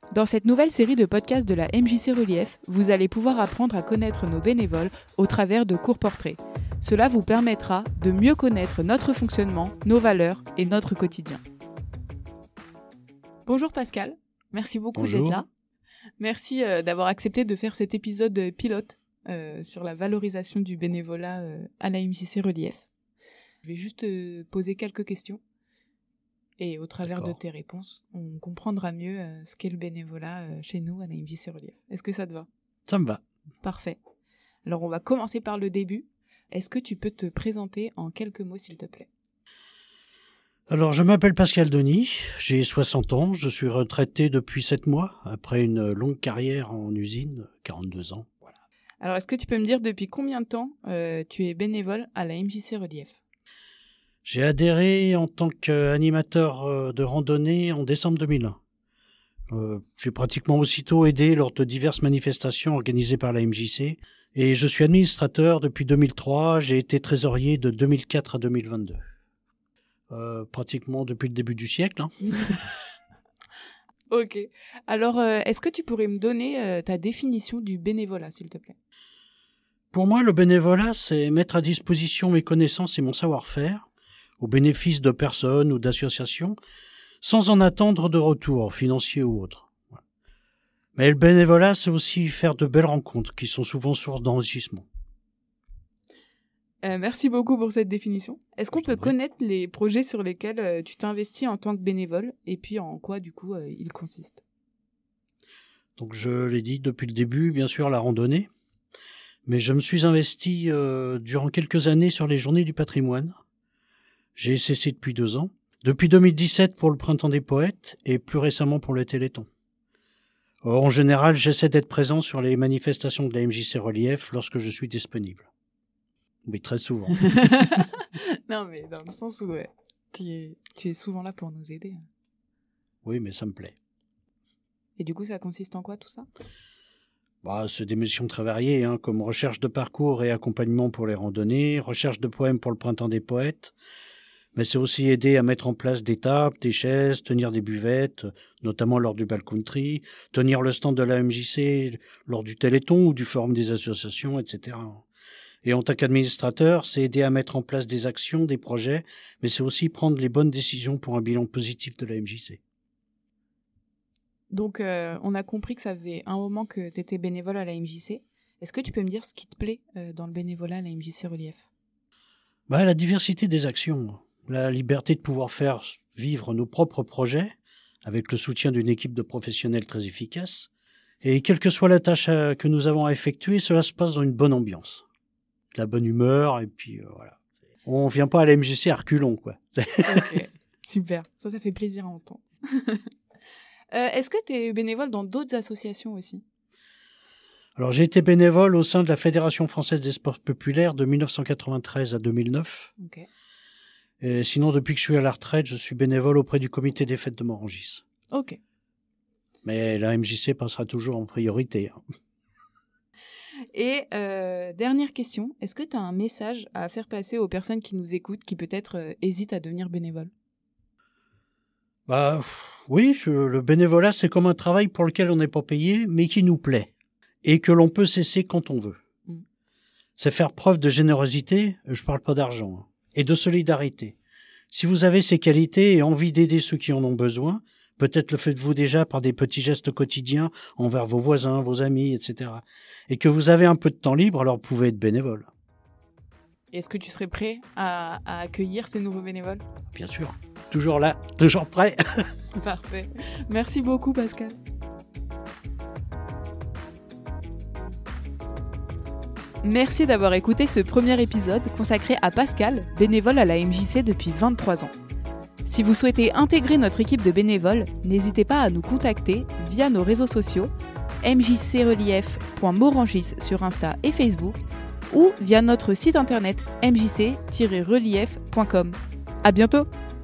Dans cette nouvelle série de podcasts de la MJC Relief, vous allez pouvoir apprendre à connaître nos bénévoles au travers de courts portraits. Cela vous permettra de mieux connaître notre fonctionnement, nos valeurs et notre quotidien. Bonjour Pascal, merci beaucoup d'être là. Merci d'avoir accepté de faire cet épisode pilote sur la valorisation du bénévolat à la MJC Relief. Je vais juste poser quelques questions et au travers de tes réponses, on comprendra mieux ce qu'est le bénévolat chez nous à la MJC Relief. Est-ce que ça te va ? Ça me va. Parfait. Alors on va commencer par le début. Est-ce que tu peux te présenter en quelques mots s'il te plaît ? Alors, je m'appelle Pascal Denis, j'ai 60 ans, je suis retraité depuis 7 mois, après une longue carrière en usine, 42 ans. Voilà. Alors, est-ce que tu peux me dire depuis combien de temps tu es bénévole à la MJC Relief ? J'ai adhéré en tant qu'animateur de randonnée en décembre 2001. J'ai pratiquement aussitôt aidé lors de diverses manifestations organisées par la MJC, et je suis administrateur depuis 2003, j'ai été trésorier de 2004 à 2022. Pratiquement depuis le début du siècle. Hein. Ok. Alors, est-ce que tu pourrais me donner ta définition du bénévolat, s'il te plaît ? Pour moi, le bénévolat, c'est mettre à disposition mes connaissances et mon savoir-faire au bénéfice de personnes ou d'associations, sans en attendre de retour, financier ou autre. Mais le bénévolat, c'est aussi faire de belles rencontres qui sont souvent source d'enrichissement. Merci beaucoup pour cette définition. Est-ce qu'on peut connaître les projets sur lesquels tu t'investis en tant que bénévole et puis en quoi, du coup, ils consistent ? Donc, je l'ai dit depuis le début, bien sûr, la randonnée. Mais je me suis investi durant quelques années sur les Journées du patrimoine. J'ai cessé depuis 2 ans. Depuis 2017 pour le Printemps des poètes et plus récemment pour le Téléthon. En général, j'essaie d'être présent sur les manifestations de la MJC Relief lorsque je suis disponible. Oui, très souvent. Non, mais dans le sens où tu es souvent là pour nous aider. Oui, mais ça me plaît. Et du coup, ça consiste en quoi tout ça ? C'est des missions très variées, comme recherche de parcours et accompagnement pour les randonnées, recherche de poèmes pour le Printemps des poètes. Mais c'est aussi aider à mettre en place des tables, des chaises, tenir des buvettes, notamment lors du backcountry, tenir le stand de la MJC lors du Téléthon ou du forum des associations, etc. Et en tant qu'administrateur, c'est aider à mettre en place des actions, des projets, mais c'est aussi prendre les bonnes décisions pour un bilan positif de la MJC. Donc, on a compris que ça faisait un moment que tu étais bénévole à la MJC. Est-ce que tu peux me dire ce qui te plaît dans le bénévolat à la MJC Relief ? La diversité des actions, la liberté de pouvoir faire vivre nos propres projets avec le soutien d'une équipe de professionnels très efficace. Et quelle que soit la tâche que nous avons à effectuer, cela se passe dans une bonne ambiance. De la bonne humeur, et puis voilà. On vient pas à la MJC à reculons, quoi. Ok, super. Ça fait plaisir à entendre. Est-ce que tu es bénévole dans d'autres associations aussi ? Alors, j'ai été bénévole au sein de la Fédération française des sports populaires de 1993 à 2009. Ok. Et sinon, depuis que je suis à la retraite, je suis bénévole auprès du comité des fêtes de Morangis. Ok. Mais la MJC passera toujours en priorité. Et dernière question, est-ce que tu as un message à faire passer aux personnes qui nous écoutent, qui peut-être hésitent à devenir bénévoles ? Oui, le bénévolat, c'est comme un travail pour lequel on n'est pas payé, mais qui nous plaît, et que l'on peut cesser quand on veut. C'est faire preuve de générosité, je parle pas d'argent, et de solidarité. Si vous avez ces qualités et envie d'aider ceux qui en ont besoin, peut-être le faites-vous déjà par des petits gestes quotidiens envers vos voisins, vos amis, etc. Et que vous avez un peu de temps libre, alors vous pouvez être bénévole. Est-ce que tu serais prêt à accueillir ces nouveaux bénévoles ? Bien sûr. Toujours là, toujours prêt. Parfait. Merci beaucoup, Pascal. Merci d'avoir écouté ce premier épisode consacré à Pascal, bénévole à la MJC depuis 23 ans. Si vous souhaitez intégrer notre équipe de bénévoles, n'hésitez pas à nous contacter via nos réseaux sociaux, mjcrelief.morangis sur Insta et Facebook, ou via notre site internet mjc-relief.com. À bientôt!